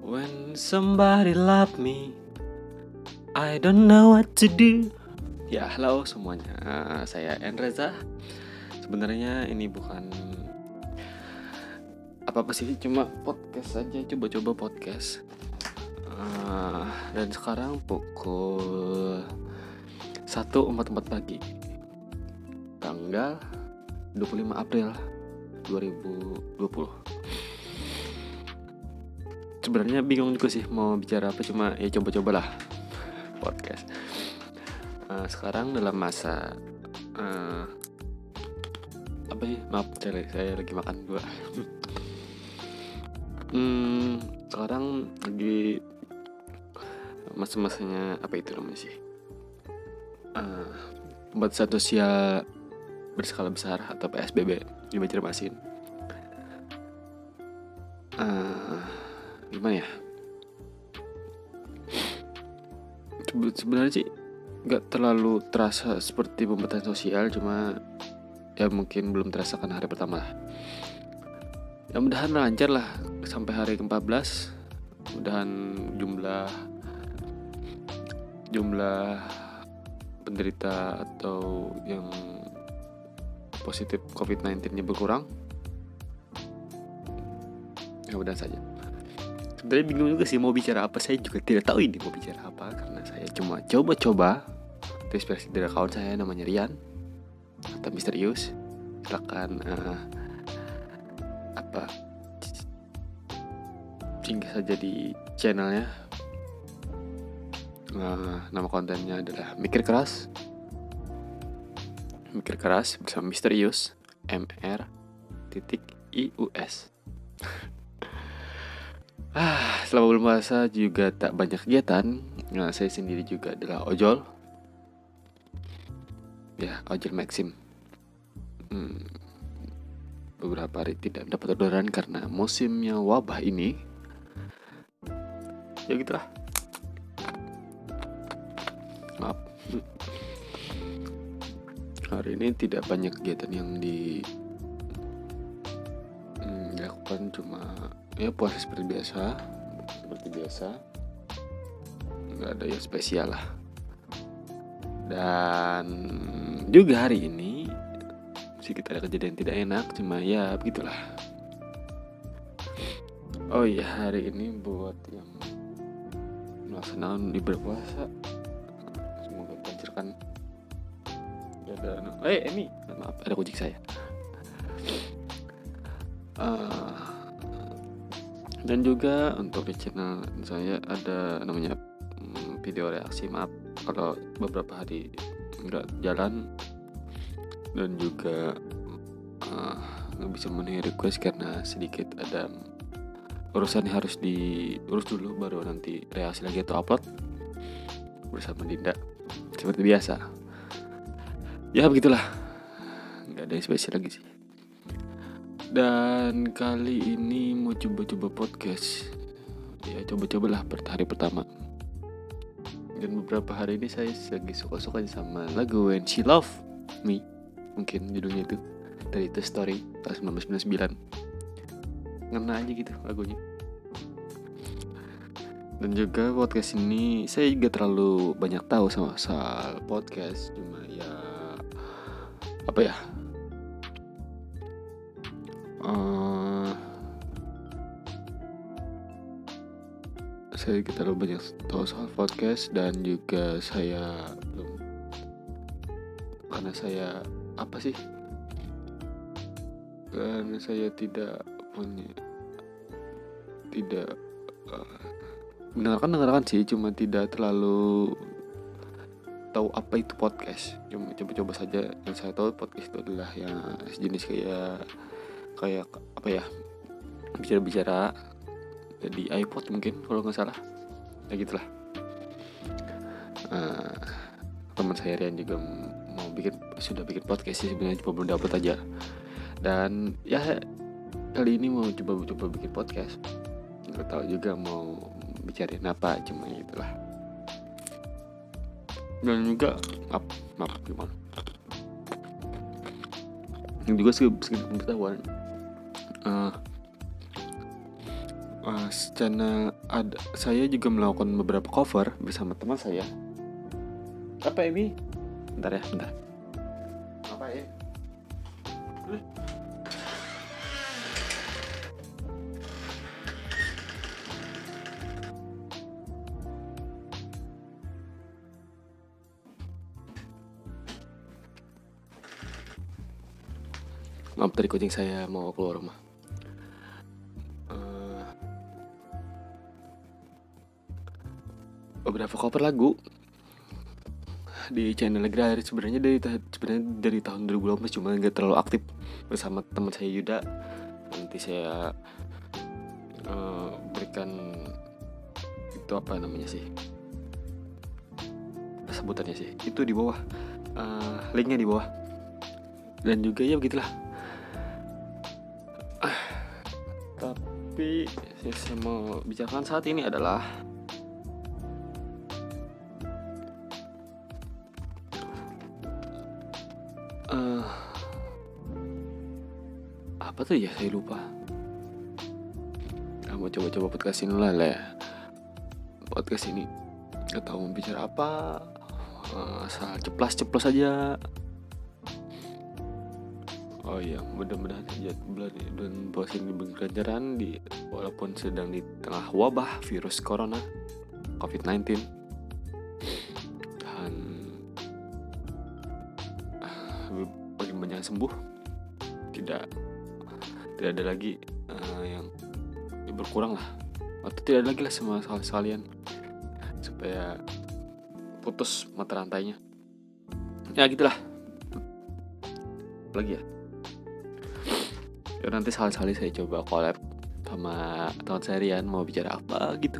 When somebody love me, I don't know what to do. Ya, halo semuanya. Saya Enreza. Sebenarnya ini bukan apa-apa sih, cuma podcast aja, coba-coba podcast. Dan sekarang pukul 1.44 pagi, tanggal 25 April 2020. Sebenarnya bingung juga sih mau bicara apa, cuma ya coba-cobalah podcast. Sekarang dalam masa apa sih? Maaf, saya lagi makan dua. Sekarang lagi masa-masanya apa itu namanya sih? Pembatasan sosial berskala besar atau PSBB di Banjarmasin. Gimana ya? Sebenarnya sih nggak terlalu terasa seperti pembatasan sosial, cuma ya mungkin belum terasa karena hari pertama lah. Ya mudahan lancar lah sampai hari ke-14. Mudahan jumlah penderita atau yang positif COVID-19-nya berkurang. Ya mudahan saja. Sebenarnya bingung juga sih mau bicara apa. Saya juga tidak tahu ini mau bicara apa, karena saya cuma coba-coba terinspirasi dari kawan saya namanya Rian atau Misterius. Silakan singgah saja di channelnya. Nama kontennya adalah Mikir Keras bersama Misterius, MR.IUS. Selama bulan puasa juga tak banyak kegiatan. Saya sendiri juga adalah ojol. Ya, ojol Maxim. Beberapa hari tidak dapat orderan karena musimnya wabah ini. Ya gitulah. Maaf. Hari ini tidak banyak kegiatan yang dilakukan, cuma ya puasa seperti biasa, nggak ada yang spesial lah. Dan juga hari ini sedikit ada kejadian tidak enak, cuma ya begitulah. Oh iya, hari ini buat yang melaksanakan ibadah puasa, semoga dilancarkan. Emi, maaf, ada kucing saya. Dan juga untuk di channel saya ada namanya video reaksi. Maaf kalau beberapa hari nggak jalan, dan juga nggak bisa memenuhi request karena sedikit ada urusan yang harus diurus dulu, baru nanti reaksi lagi atau upload bersama Dinda seperti biasa. Ya begitulah, nggak ada yang spesial lagi sih. Dan kali ini mau coba-coba podcast. Ya coba-cobalah hari pertama. Dan beberapa hari ini saya lagi suka-suka sama lagu When She Love Me, mungkin judulnya itu, dari The Story tahun 1999. Ngena aja gitu lagunya. Dan juga podcast ini saya juga terlalu banyak tahu sama soal podcast, cuma ya apa ya, saya terlalu banyak tahu soal podcast. Dan juga saya belum, karena saya tidak mendengarkan sih, cuma tidak terlalu tahu apa itu podcast. Cuma coba-coba saja. Yang saya tahu podcast itu adalah yang sejenis kayak apa ya, bicara-bicara di iPod mungkin kalau nggak salah. Ya gitulah. Teman saya Rian juga sudah bikin podcast sih, sebenarnya cuma belum dapat aja. Dan ya kali ini mau coba bikin podcast. Nggak tahu juga mau bicarain apa, cuma itulah. Dan juga maaf gimana, yang juga sedikit pengetahuan. channel saya juga melakukan beberapa cover bersama teman saya. Apa ini? Bentar. Apa ya? Maaf, tadi kucing saya mau keluar rumah. Beberapa cover lagu di channel Graris sebenarnya dari tahun 2018, cuma nggak terlalu aktif bersama teman saya Yuda. Nanti saya berikan itu apa namanya sih, sebutannya sih itu di bawah, linknya di bawah. Dan juga ya begitulah. Tapi yang saya mau bicarakan saat ini adalah apa tuh ya, saya lupa. Mau coba podcast ini lah ya. Podcast ini gak tahu mau bicara apa, asal ceplos aja. Oh iya, mudah-mudahan aja dan bosan di pelajaran walaupun sedang di tengah wabah virus corona COVID-19. Dan bagi banyak sembuh, tidak ada lagi yang berkurang lah, atau tidak ada lagi lah sama sekalian, supaya putus mata rantainya. Ya gitulah. Lagi ya. Ya nanti sekali-sekali saya coba collab sama teman saya Rian, mau bicara apa gitu.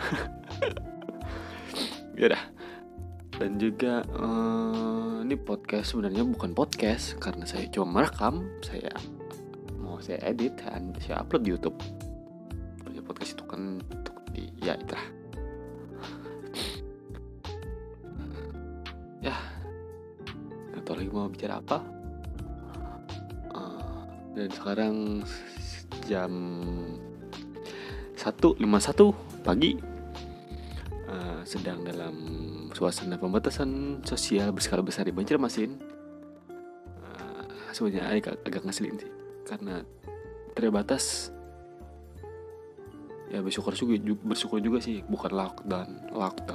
Ya udah. Dan juga ini podcast sebenarnya bukan podcast, karena saya cuma merekam, saya edit dan saya upload di YouTube. Podcast itu kan untuk ya itulah. Ya, nggak tahu lagi mau bicara apa. Dan sekarang jam 1:51 pagi, sedang dalam suasana pembatasan sosial berskala besar di Banjarmasin. Sebenarnya agak ngeselin sih, karena terbatas. Ya bersyukur juga sih, bukan lockdown.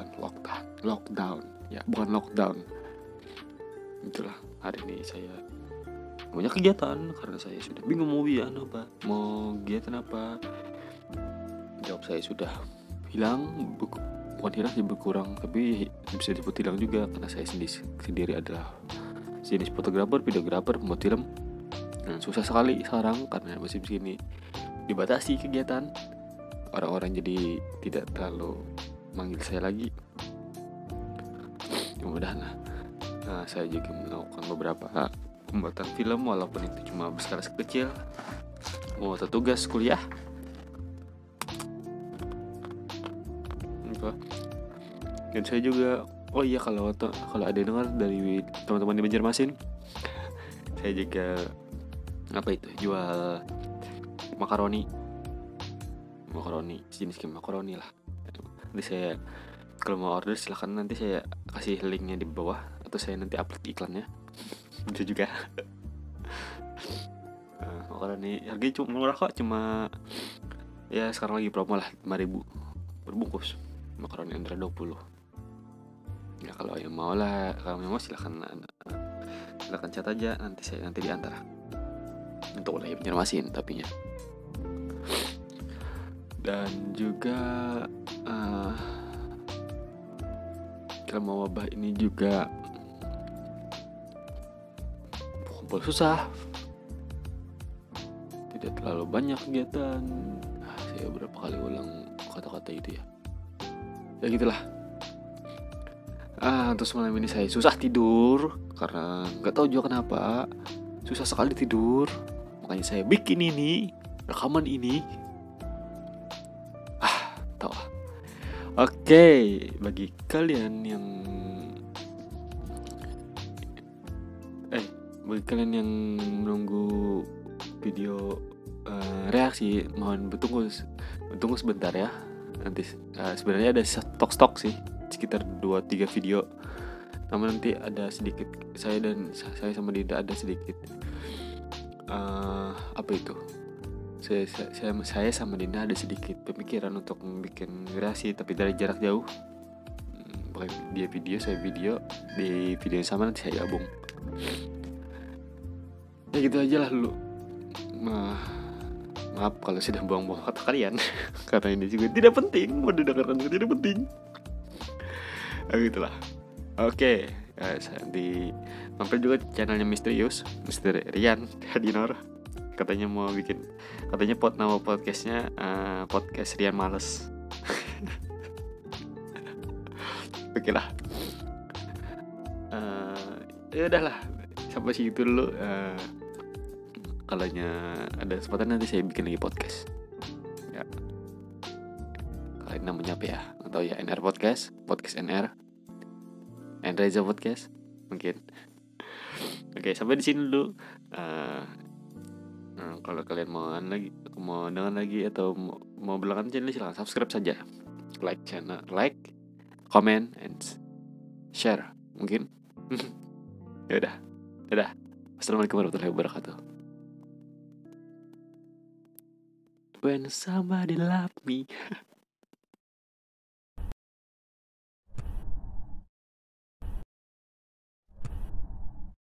Ya bukan lockdown. Itulah, hari ini saya banyak kegiatan karena saya sudah bingung mau kegiatan apa. Jawab saya sudah hilang, bukan hilang sih, berkurang, tapi bisa disebut hilang juga, karena saya sendiri adalah jenis fotografer, videografer, pembuat film. Dan susah sekali sekarang karena musim sini dibatasi kegiatan. Orang-orang jadi tidak terlalu manggil saya lagi. Mudah-mudahan lah. Saya juga melakukan beberapa pembuatan film, walaupun itu cuma berskala kecil. Mau tugas kuliah. Dan saya juga, oh iya, kalau ada yang dengar dari teman-teman di Banjarmasin, saya juga jual makaroni, jenis makaroni lah. Nanti saya kalau mau order silahkan, nanti saya kasih linknya di bawah, atau saya nanti upload iklannya. Bisa juga. Makaroni harganya cuma murah kok, cuma ya sekarang lagi promo lah, 5.000 berbungkus makaroni under 20. Ya kalau yang mau silahkan chat aja, nanti diantar untuk wilayah Banjarmasin tapi ya. Dan juga selama wabah ini juga kumpul susah, tidak terlalu banyak kegiatan. Saya beberapa kali ulang kata-kata itu ya gitulah. Terus malam ini saya susah tidur karena nggak tahu juga kenapa susah sekali tidur, makanya saya bikin rekaman ini. Tahu. Oke, bagi kalian yang menunggu video reaksi, mohon bertunggu tunggu sebentar ya. Nanti sebenarnya ada stok sih sekitar 2-3 video. Namun nanti ada sedikit saya sama Dinda ada sedikit apa itu? Saya sama Dinda ada sedikit pemikiran untuk membuat kreasi tapi dari jarak jauh. Dia video, saya video. Di video yang sama nanti saya gabung. Ya gitu aja lah dulu. Maaf kalau sudah buang-buang kata kalian. Karena ini juga tidak penting. Mau didengarkan juga tidak penting. Gitulah. Oke, di mampir juga channelnya Misterius, Misteri Rian Hadinor. Katanya nama podcastnya podcast Rian Males. Oke lah. Ya udahlah, sampai situ dulu. Kalanya ada kesempatan nanti saya bikin lagi podcast. Ya. Kalian namanya apa ya? Atau ya NR Podcast NR, Reza Podcast mungkin. Oke, sampai di sini dulu. Kalau kalian mau dengar lagi atau mau berlangganan channel, silahkan subscribe saja, like channel, comment and share mungkin. Ya udah. Assalamualaikum warahmatullahi wabarakatuh. When somebody love me.